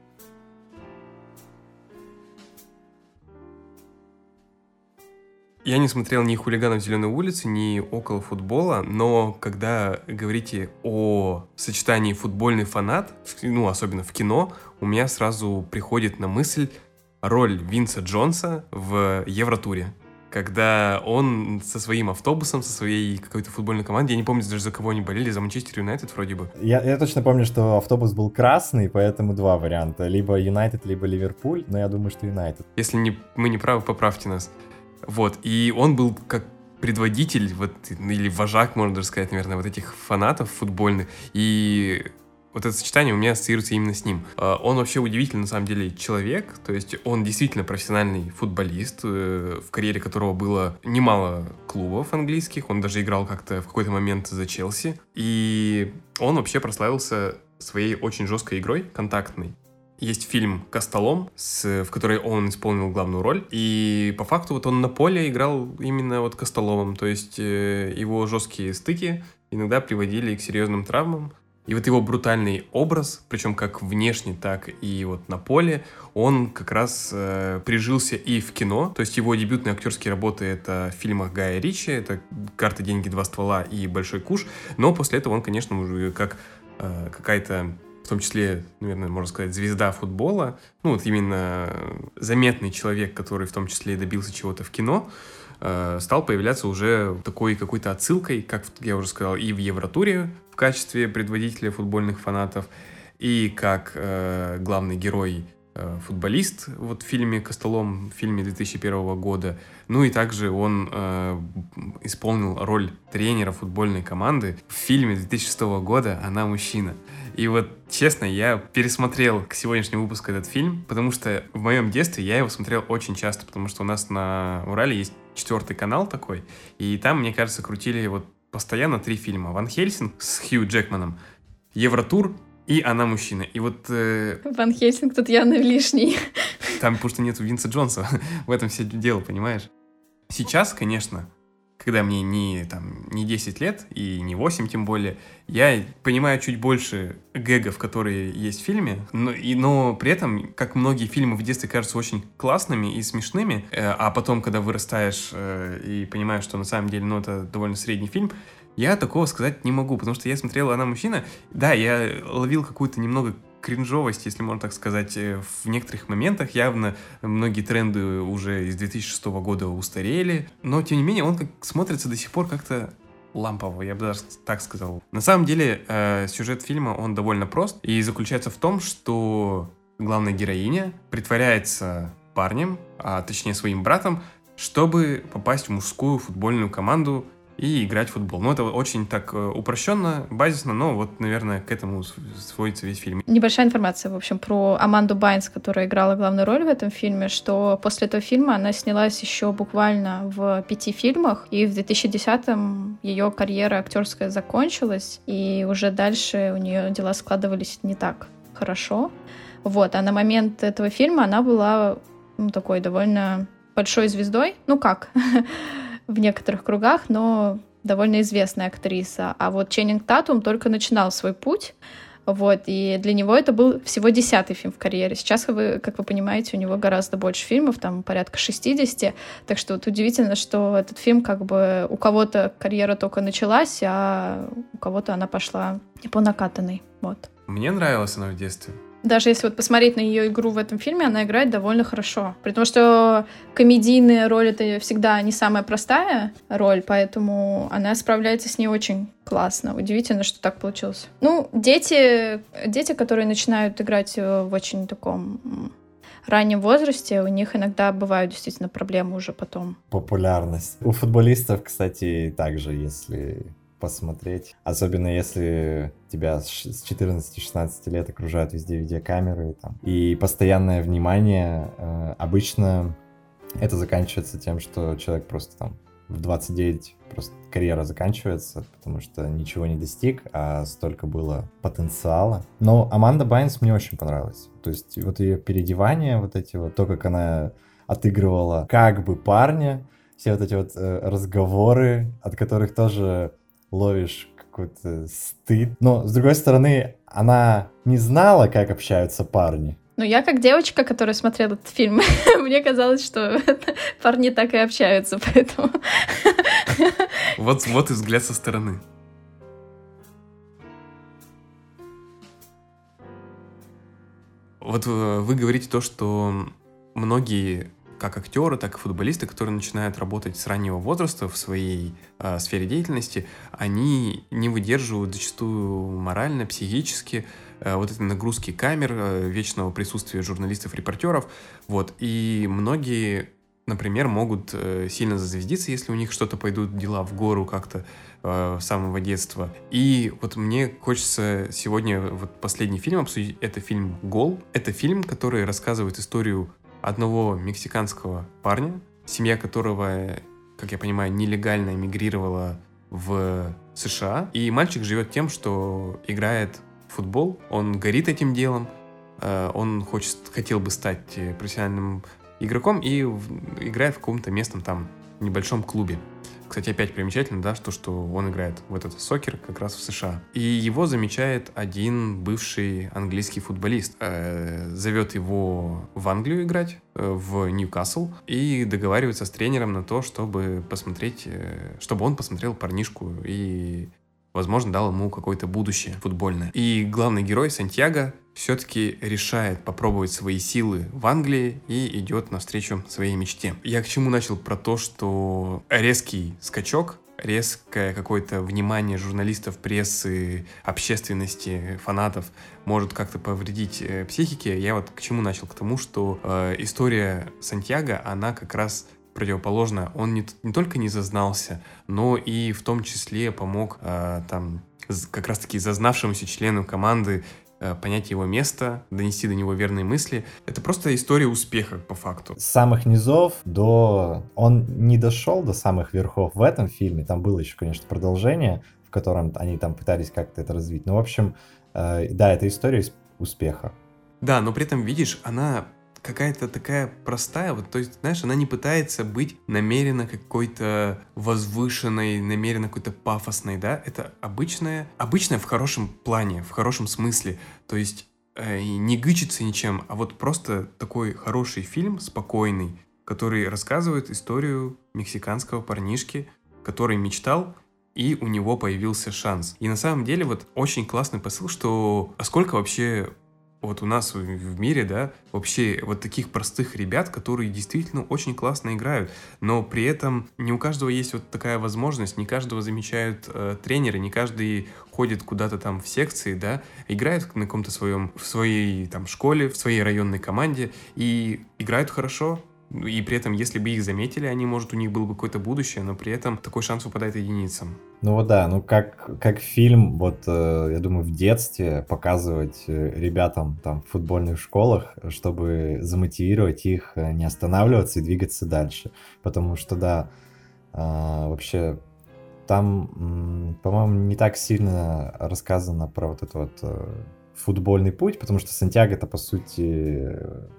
Я не смотрел ни «Хулиганов Зеленой улицы», ни «Около футбола», но когда говорите о сочетании футбольный фанат, ну, особенно в кино, у меня сразу приходит на мысль роль Винса Джонса в Евротуре. Когда он со своим автобусом, со своей какой-то футбольной командой, я не помню даже за кого они болели, за Манчестер Юнайтед вроде бы. Я точно помню, что автобус был красный, поэтому два варианта. Либо Юнайтед, либо Ливерпуль, но я думаю, что Юнайтед. Если мы не правы, поправьте нас. Вот, и он был как предводитель, вот, или вожак, можно даже сказать, наверное, вот этих фанатов футбольных, и вот это сочетание у меня ассоциируется именно с ним. Он вообще удивительный, на самом деле, человек, то есть он действительно профессиональный футболист, в карьере которого было немало клубов английских, он даже играл как-то в какой-то момент за Челси, и он вообще прославился своей очень жесткой игрой, контактной. Есть фильм «Костолом», в которой он исполнил главную роль, и по факту вот он на поле играл именно вот Костоломом, то есть его жесткие стыки иногда приводили к серьезным травмам, и вот его брутальный образ, причем как внешне, так и вот на поле, он как раз прижился и в кино, то есть его дебютные актерские работы — это в фильмах Гая Ричи, это «Карта, деньги, два ствола» и «Большой куш», но после этого он, конечно, уже как какая-то в том числе, наверное, можно сказать, звезда футбола, ну вот именно заметный человек, который в том числе и добился чего-то в кино, стал появляться уже такой какой-то отсылкой, как я уже сказал, и в Евротуре в качестве предводителя футбольных фанатов, и как главный герой футболист вот в фильме «Костолом», в фильме 2001 года. Ну и также он исполнил роль тренера футбольной команды в фильме 2006 года «Она мужчина». И вот, честно, я пересмотрел к сегодняшнему выпуску этот фильм, потому что в моем детстве я его смотрел очень часто, потому что у нас на Урале есть 4-й канал такой, и там, мне кажется, крутили вот постоянно 3 фильма. «Ван Хельсинг» с Хью Джекманом, «Евротур» и «Она мужчина». И вот... Ван Хельсинг тут явно лишний. Там потому что нету Винса Джонса. В этом все дело, понимаешь? Сейчас, конечно, когда мне не 10 лет и не 8 тем более, я понимаю чуть больше гэгов, которые есть в фильме, но при этом, как многие фильмы в детстве кажутся очень классными и смешными, а потом, когда вырастаешь и понимаешь, что на самом деле, это довольно средний фильм, я такого сказать не могу, потому что я смотрел «Она мужчина», да, я ловил какую-то немного кринжовость, если можно так сказать, в некоторых моментах. Явно многие тренды уже из 2006 года устарели, но, тем не менее, он смотрится до сих пор как-то лампово, я бы даже так сказал. На самом деле, сюжет фильма, он довольно прост и заключается в том, что главная героиня притворяется парнем, а точнее своим братом, чтобы попасть в мужскую футбольную команду и играть в футбол. Это очень так упрощенно, базисно, но вот, наверное, к этому сводится весь фильм. Nебольшая информация, в общем, про Аманду Байнс, которая играла главную роль в этом фильме, что после этого фильма она снялась еще буквально в 5 фильмах, и в 2010-м ее карьера актерская закончилась, и уже дальше у нее дела складывались не так хорошо. А на момент этого фильма она была такой довольно большой звездой, в некоторых кругах, но довольно известная актриса. А вот Ченнинг Татум только начинал свой путь, и для него это был всего 10-й фильм в карьере. Сейчас, как вы понимаете, у него гораздо больше фильмов, там порядка 60, так что удивительно, что этот фильм у кого-то карьера только началась, а у кого-то она пошла не по накатанной. Мне нравилась она в детстве. Даже если посмотреть на ее игру в этом фильме, она играет довольно хорошо. При том, что комедийная роль — это всегда не самая простая роль, поэтому она справляется с ней очень классно. Удивительно, что так получилось. Дети, которые начинают играть в очень таком раннем возрасте, у них иногда бывают действительно проблемы уже потом. Популярность. У футболистов, кстати, также, если посмотреть. Особенно если тебя с 14-16 лет окружают везде видеокамеры и постоянное внимание. Обычно это заканчивается тем, что человек просто в 29 просто карьера заканчивается, потому что ничего не достиг, а столько было потенциала. Но Аманда Байнс мне очень понравилась. То есть ее переодевания, то, как она отыгрывала как бы парня, все эти разговоры, от которых тоже ловишь какой-то стыд. Но, с другой стороны, она не знала, как общаются парни. Я как девочка, которая смотрела этот фильм, мне казалось, что парни так и общаются, поэтому... Вот и взгляд со стороны. Вы говорите то, что многие как актеры, так и футболисты, которые начинают работать с раннего возраста в своей сфере деятельности, они не выдерживают зачастую морально, психически этой нагрузки камер, вечного присутствия журналистов, репортеров. И многие, например, могут сильно зазвездиться, если у них что-то пойдут дела в гору как-то с самого детства. И мне хочется сегодня последний фильм обсудить. Это фильм «Гол». Это фильм, который рассказывает историю одного мексиканского парня, семья которого, как я понимаю, нелегально эмигрировала в США. И мальчик живет тем, что играет в футбол, он горит этим делом, он хотел бы стать профессиональным игроком и играет в каком-то местном небольшом клубе. Кстати, опять примечательно, что он играет в этот сокер как раз в США. И его замечает один бывший английский футболист. Зовет его в Англию играть, в Ньюкасл, и договаривается с тренером на то, чтобы он посмотрел парнишку и возможно, дал ему какое-то будущее футбольное. И главный герой Сантьяго все-таки решает попробовать свои силы в Англии и идет навстречу своей мечте. Я к чему начал? Про то, что резкий скачок, резкое какое-то внимание журналистов, прессы, общественности, фанатов может как-то повредить психике. Я вот к чему начал? К тому, что история Сантьяго, она как раз противоположна. Он не только не зазнался, но и в том числе помог как раз-таки зазнавшемуся члену команды понять его место, донести до него верные мысли. Это просто история успеха, по факту. С самых низов до... Он не дошел до самых верхов в этом фильме. Там было еще, конечно, продолжение, в котором они там пытались как-то это развить. Но, в общем, да, это история успеха. Да, но при этом, видишь, она какая-то такая простая, вот, то есть, знаешь, она не пытается быть намеренно какой-то возвышенной, намеренно какой-то пафосной, да, это обычная в хорошем плане, в хорошем смысле, то есть не гычится ничем, а вот просто такой хороший фильм, спокойный, который рассказывает историю мексиканского парнишки, который мечтал, и у него появился шанс. И на самом деле вот очень классный посыл, что а сколько вообще вот у нас в мире, да, вообще вот таких простых ребят, которые действительно очень классно играют, но при этом не у каждого есть вот такая возможность, не каждого замечают тренеры, не каждый ходит куда-то там в секции, да, играет на каком-то в своей там школе, в своей районной команде и играют хорошо. И при этом, если бы их заметили, может, у них было бы какое-то будущее, но при этом такой шанс выпадает единицам. Ну вот да, ну как фильм, вот я думаю, в детстве показывать ребятам там в футбольных школах, чтобы замотивировать их не останавливаться и двигаться дальше. Потому что да, вообще там, по-моему, не так сильно рассказано про вот этот вот футбольный путь, потому что Сантьяго-то, по сути,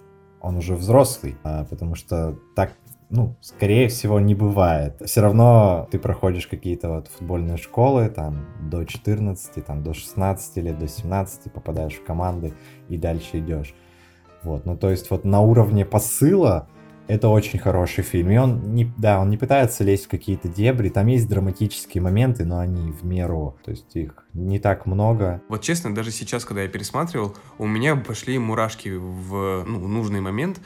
он уже взрослый, потому что так, ну, скорее всего, не бывает. Все равно ты проходишь какие-то вот футбольные школы, там, до 14, там, до 16 лет, до 17, попадаешь в команды и дальше идешь. Вот, ну, то есть вот на уровне посыла это очень хороший фильм. И он не пытается лезть в какие-то дебри. Там есть драматические моменты, но они в меру. То есть их не так много. Вот честно, даже сейчас, когда я пересматривал, у меня пошли мурашки в нужный момент.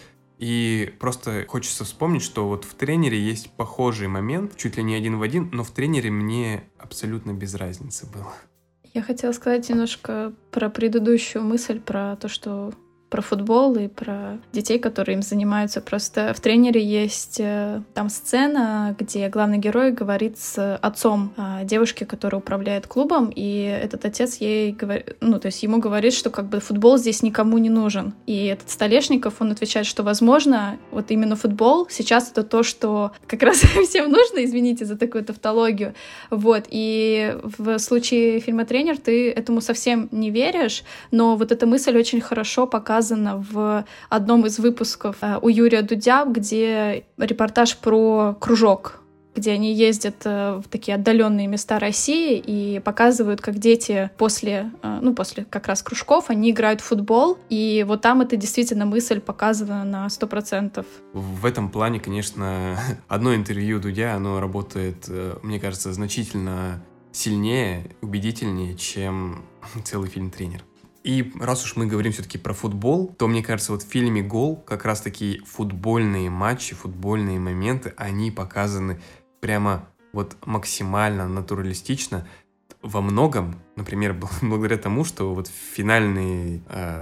И просто хочется вспомнить, что вот в «Тренере» есть похожий момент, чуть ли не один в один, но в «Тренере» мне абсолютно без разницы было. Я хотела сказать немножко про предыдущую мысль, про то, что про футбол и про детей, которые им занимаются. Просто в «Тренере» есть там сцена, где главный герой говорит с отцом девушки, которая управляет клубом, и этот отец ей говорит, то есть ему говорит, что как бы футбол здесь никому не нужен. И этот Столешников, он отвечает, что, возможно, вот именно футбол сейчас это то, что как раз всем нужно, извините за такую тавтологию. Вот. И в случае фильма «Тренер» ты этому совсем не веришь, но вот эта мысль очень хорошо показана в одном из выпусков у Юрия Дудя, где репортаж про кружок, где они ездят в такие отдаленные места России и показывают, как дети после как раз кружков, они играют в футбол, и вот там это действительно мысль показана на 100%. В этом плане, конечно, одно интервью Дудя, оно работает, мне кажется, значительно сильнее, убедительнее, чем целый фильм «Тренер». И раз уж мы говорим все-таки про футбол, то, мне кажется, вот в фильме «Гол» как раз-таки футбольные матчи, футбольные моменты, они показаны прямо вот максимально натуралистично. Во многом, например, благодаря тому, что вот финальные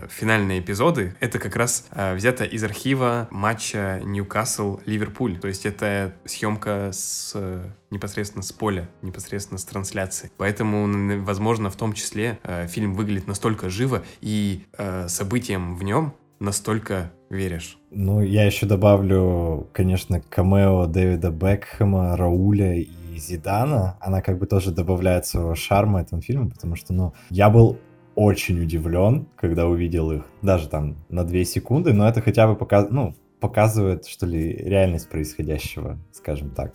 эпизоды, это как раз взято из архива матча Ньюкасл-Ливерпуль. То есть это съемка непосредственно с поля, непосредственно с трансляции. Поэтому, возможно, в том числе фильм выглядит настолько живо, и событиям в нем настолько веришь. Ну, я еще добавлю, конечно, камео Дэвида Бекхэма, Рауля и Зидана. Она как бы тоже добавляет своего шарма этому фильму, потому что, я был очень удивлен, когда увидел их, даже там на 2 секунды, но это хотя бы показывает, что ли, реальность происходящего, скажем так.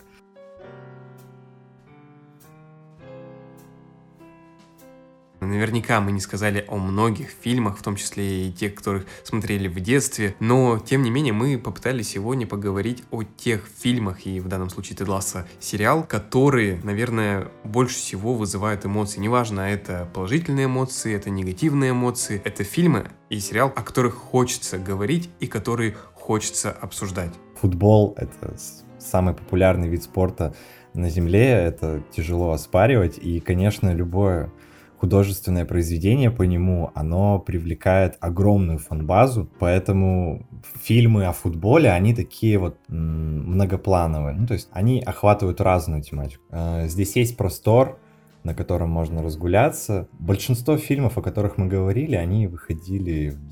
Наверняка мы не сказали о многих фильмах, в том числе и тех, которых смотрели в детстве, но, тем не менее, мы попытались сегодня поговорить о тех фильмах, и в данном случае Тед Лассо сериал, которые, наверное, больше всего вызывают эмоции. Неважно, это положительные эмоции, это негативные эмоции, это фильмы и сериал, о которых хочется говорить и которые хочется обсуждать. Футбол — это самый популярный вид спорта на Земле, это тяжело оспаривать, и, конечно, любое художественное произведение по нему, оно привлекает огромную фан-базу, поэтому фильмы о футболе, они такие вот многоплановые, ну, то есть они охватывают разную тематику. Здесь есть простор, на котором можно разгуляться. Большинство фильмов, о которых мы говорили, они выходили в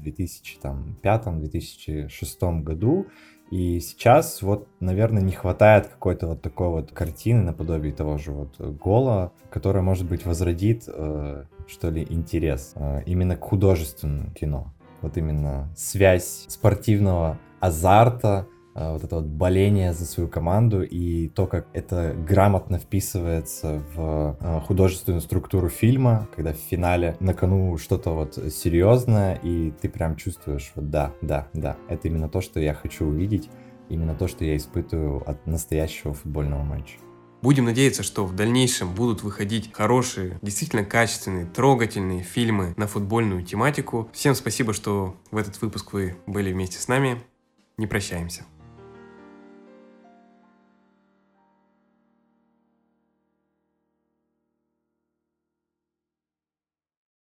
2005-2006 году, и сейчас вот, наверное, не хватает какой-то вот такой вот картины наподобие того же вот Гола, которая, может быть, возродит, что ли, интерес именно к художественному кино. Вот именно связь спортивного азарта, вот это вот боление за свою команду и то, как это грамотно вписывается в художественную структуру фильма, когда в финале на кону что-то вот серьезное, и ты прям чувствуешь, вот да, это именно то, что я хочу увидеть, именно то, что я испытываю от настоящего футбольного матча. Будем надеяться, что в дальнейшем будут выходить хорошие, действительно качественные, трогательные фильмы на футбольную тематику. Всем спасибо, что в этот выпуск вы были вместе с нами. Не прощаемся.